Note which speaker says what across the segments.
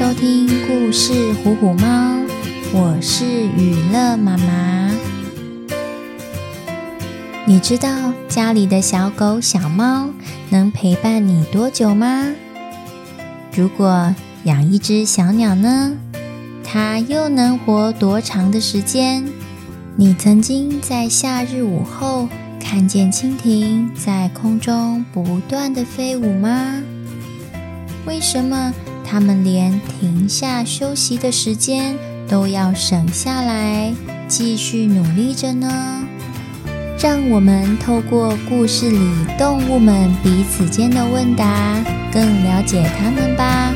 Speaker 1: 收听故事虎虎猫，我是雨乐妈妈。你知道家里的小狗小猫能陪伴你多久吗？如果养一只小鸟呢，它又能活多长的时间？你曾经在夏日午后看见蜻蜓在空中不断地飞舞吗？为什么它们连停下休息的时间都要省下来，继续努力着呢？让我们透过故事里动物们彼此间的问答，更了解它们吧。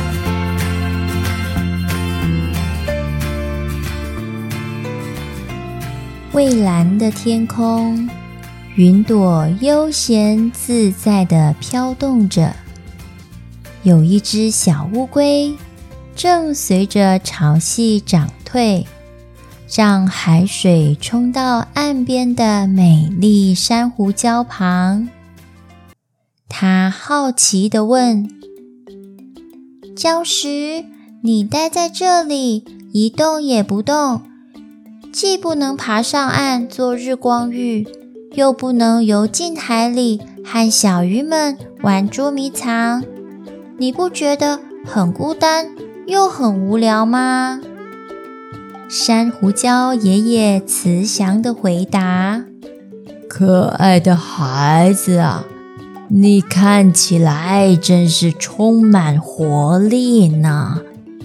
Speaker 1: 蔚蓝的天空，云朵悠闲自在地飘动着。有一只小乌龟，正随着潮汐涨退，让海水冲到岸边的美丽珊瑚礁旁。它好奇地问：礁石，你待在这里一动也不动，既不能爬上岸做日光浴，又不能游进海里和小鱼们玩捉迷藏，你不觉得很孤单又很无聊吗？珊瑚礁爷爷慈祥地回答：
Speaker 2: 可爱的孩子啊，你看起来真是充满活力呢。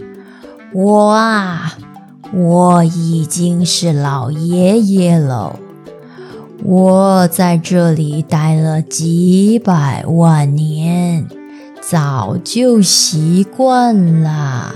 Speaker 2: 我已经是老爷爷了，我在这里待了几百万年，早就习惯了。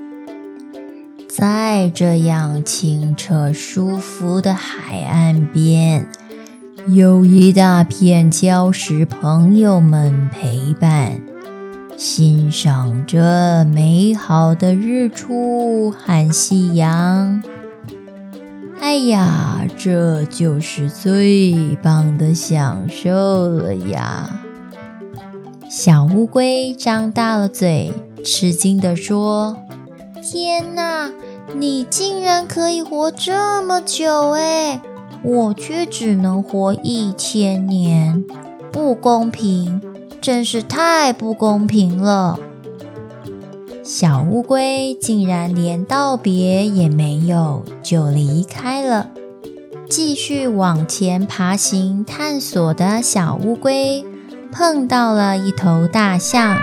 Speaker 2: 在这样清澈舒服的海岸边，有一大片礁石朋友们陪伴，欣赏着美好的日出和夕阳。哎呀，这就是最棒的享受了呀！小乌龟张大了嘴，吃惊地说：天哪，你竟然可以活这么久耶！我却只能活1000年，不公平，真是太不公平了。小乌龟竟然连道别也没有，就离开了。继续往前爬行探索的小乌龟碰到了一头大象，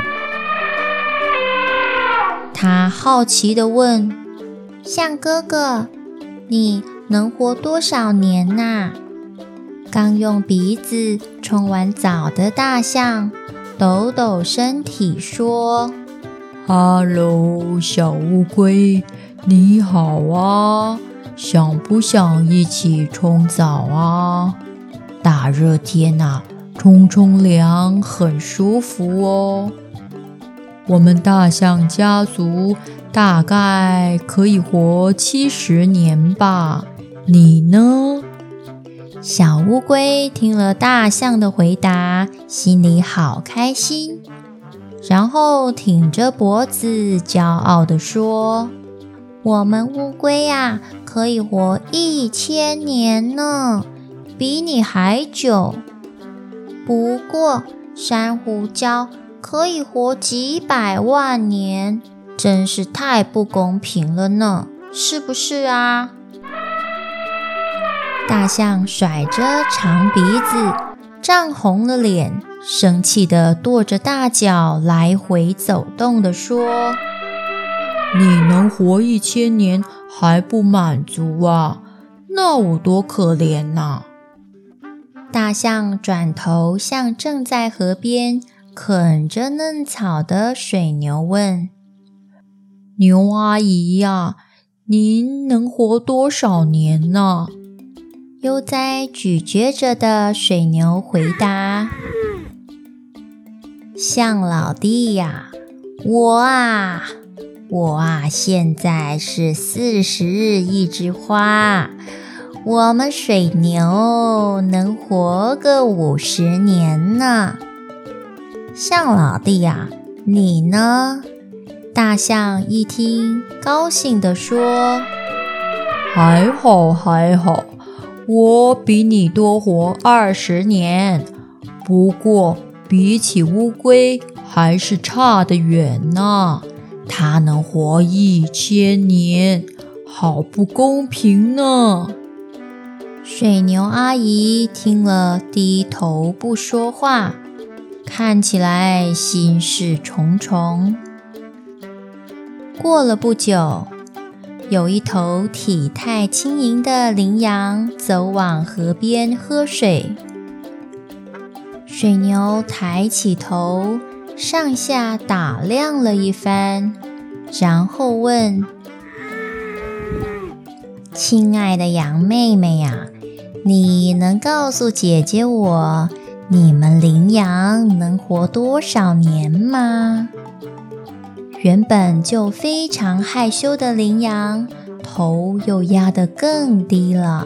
Speaker 2: 他好奇地问：象哥哥，你能活多少年啊？刚用鼻子冲完澡的大象抖抖身体说：哈喽，小乌龟，你好啊，想不想一起冲澡啊？大热天啊，冲凉很舒服哦。我们大象家族大概可以活70年吧，你呢？小乌龟听了大象的回答，心里好开心，然后挺着脖子骄傲地说：我们乌龟啊，可以活1000年呢，比你还久。不过珊瑚礁可以活几百万年，真是太不公平了呢，是不是啊？大象甩着长鼻子，涨红了脸，生气地跺着大脚，来回走动地说：你能活1000年还不满足啊？那我多可怜啊！大象转头向正在河边啃着嫩草的水牛问：牛阿姨呀，您能活多少年呢？悠哉咀嚼着的水牛回答：象老弟呀，我啊，现在是40日一枝花，我们水牛能活个50年呢。象老弟呀，你呢？
Speaker 1: 大象一听，高兴地说：
Speaker 2: 还好还好，我比你多活20年，不过比起乌龟还是差得远呢，它能活1000年，好不公平呢。
Speaker 1: 水牛阿姨听了低头不说话，看起来心事重重。过了不久，有一头体态轻盈的羚羊走往河边喝水。水牛抬起头，上下打量了一番，然后问：亲爱的羊妹妹呀，你能告诉姐姐我，你们羚羊能活多少年吗？原本就非常害羞的羚羊，头又压得更低了。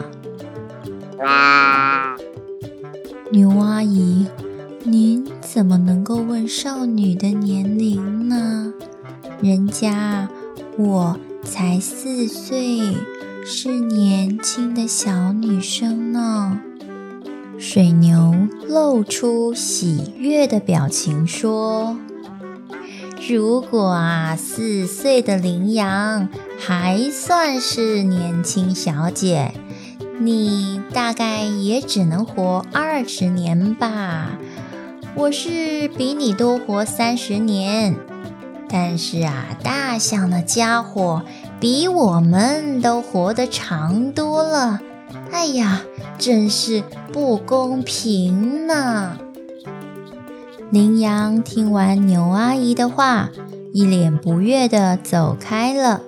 Speaker 1: 牛阿姨，您怎么能够问少女的年龄呢？人家我才4岁，是年轻的小女生呢。水牛露出喜悦的表情说：如果4岁的羚羊还算是年轻小姐，你大概也只能活20年吧。我是比你多活30年，但是大象那家伙比我们都活得长多了。哎呀，真是不公平呢。羚羊听完牛阿姨的话，一脸不悦地走开了。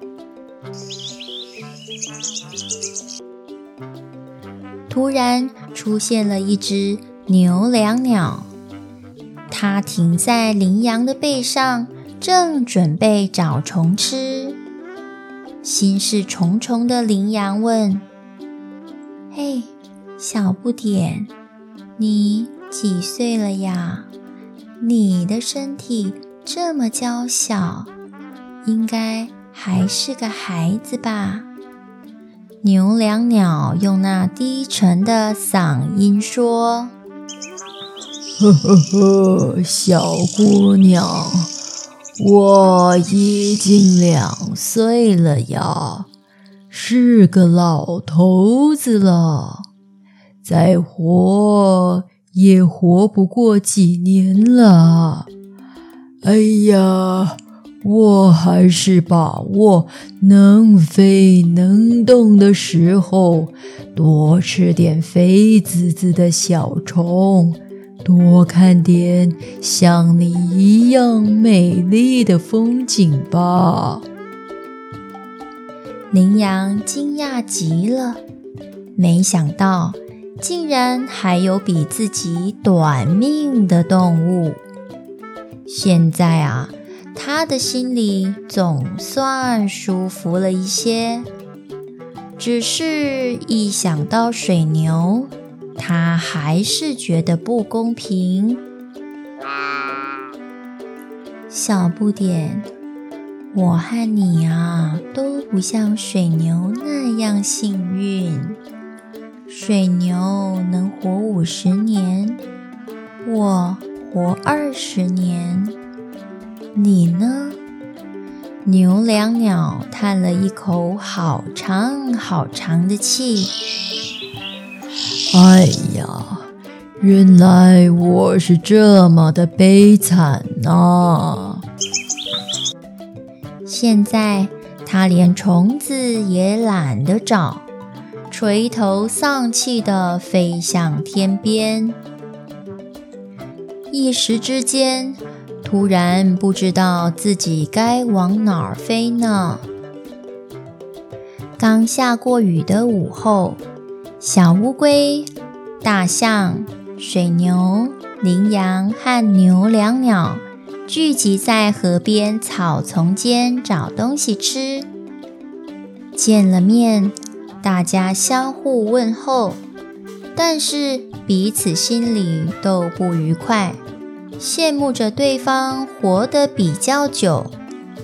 Speaker 1: 突然出现了一只牛椋鸟，它停在羚羊的背上，正准备找虫吃。心事重重的羚羊问：嘿，小不点，你几岁了呀？你的身体这么娇小，应该还是个孩子吧？牛椋鸟用那低沉的嗓音说：
Speaker 2: 呵呵呵，小姑娘，我已经2岁了呀，是个老头子了，再活也活不过几年了。哎呀，我还是把握能飞能动的时候，多吃点肥滋滋的小虫，多看点像你一样美丽的风景吧。
Speaker 1: 羚羊惊讶极了，没想到竟然还有比自己短命的动物。现在他的心里总算舒服了一些，只是一想到水牛，他还是觉得不公平。小不点，我和你都不像水牛那样幸运。水牛能活50年，我活20年，你呢？牛椋鸟叹了一口好长好长的气。
Speaker 2: 哎呀，原来我是这么的悲惨啊！
Speaker 1: 现在他连虫子也懒得找，垂头丧气地飞向天边。一时之间，突然不知道自己该往哪儿飞呢。刚下过雨的午后，小乌龟、大象、水牛、羚羊和牛椋鸟聚集在河边草丛间找东西吃。见了面，大家相互问候，但是彼此心里都不愉快，羡慕着对方活得比较久，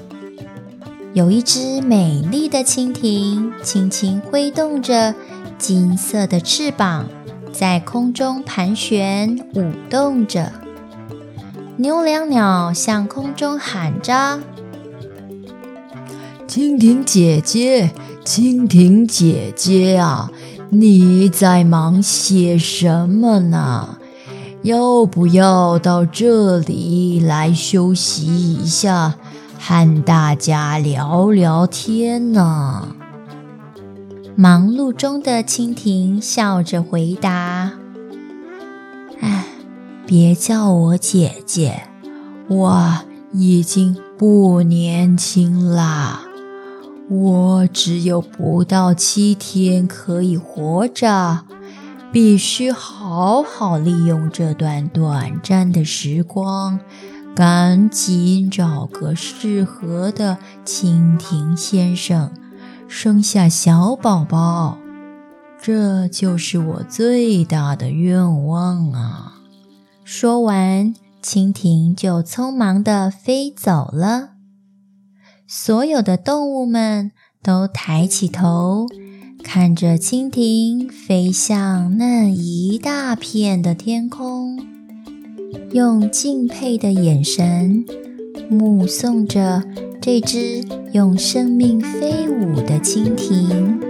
Speaker 1: 有一只美丽的蜻蜓轻轻挥动着金色的翅膀，在空中盘旋舞动着。牛两鸟向空中喊着：
Speaker 3: 蜻蜓姐姐，蜻蜓姐姐啊，你在忙些什么呢？要不要到这里来休息一下，和大家聊聊天呢？
Speaker 1: 忙碌中的蜻蜓笑着回答：
Speaker 3: 别叫我姐姐，我已经不年轻啦。我只有不到7天可以活着，必须好好利用这段短暂的时光，赶紧找个适合的蜻蜓先生，生下小宝宝。这就是我最大的愿望啊！
Speaker 1: 说完，蜻蜓就匆忙地飞走了。所有的动物们都抬起头，看着蜻蜓飞向那一大片的天空，用敬佩的眼神目送着这只用生命飞舞的蜻蜓。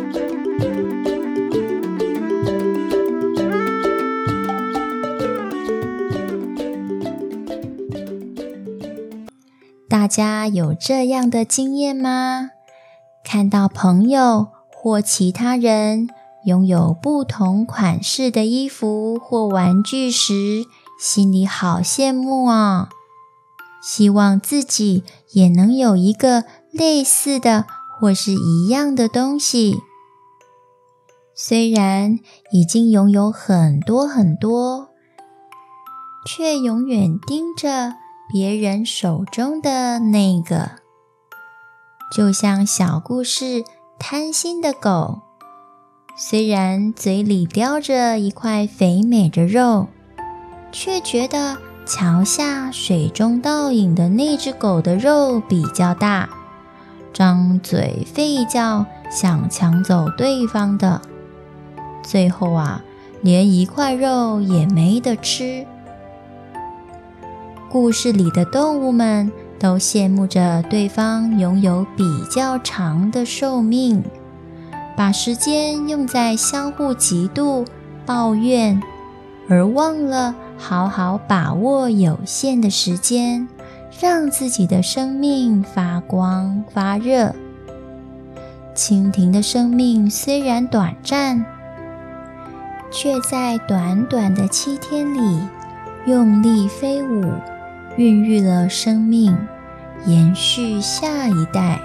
Speaker 1: 大家有这样的经验吗？看到朋友或其他人拥有不同款式的衣服或玩具时，心里好羡慕啊！希望自己也能有一个类似的或是一样的东西。虽然已经拥有很多很多，却永远盯着别人手中的那个，就像小故事贪心的狗，虽然嘴里叼着一块肥美的肉，却觉得桥下水中倒影的那只狗的肉比较大，张嘴吠叫想抢走对方的，最后连一块肉也没得吃。故事里的动物们都羡慕着对方拥有比较长的寿命，把时间用在相互嫉妒、抱怨，而忘了好好把握有限的时间，让自己的生命发光发热。蜻蜓的生命虽然短暂，却在短短的7天里用力飞舞，孕育了生命，延续下一代。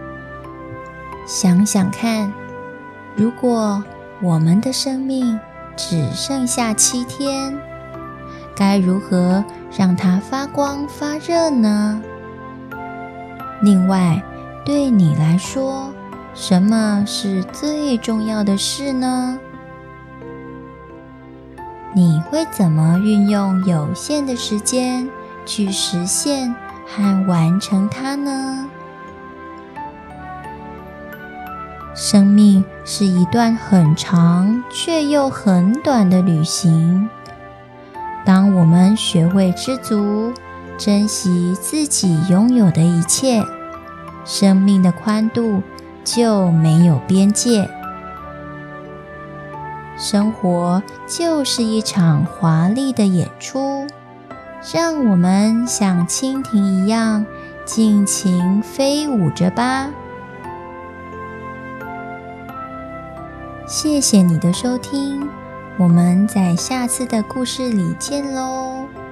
Speaker 1: 想想看，如果我们的生命只剩下7天，该如何让它发光发热呢？另外，对你来说，什么是最重要的事呢？你会怎么运用有限的时间去实现和完成它呢？生命是一段很长却又很短的旅行。当我们学会知足，珍惜自己拥有的一切，生命的宽度就没有边界。生活就是一场华丽的演出，让我们像蜻蜓一样尽情飞舞着吧。谢谢你的收听，我们在下次的故事里见喽。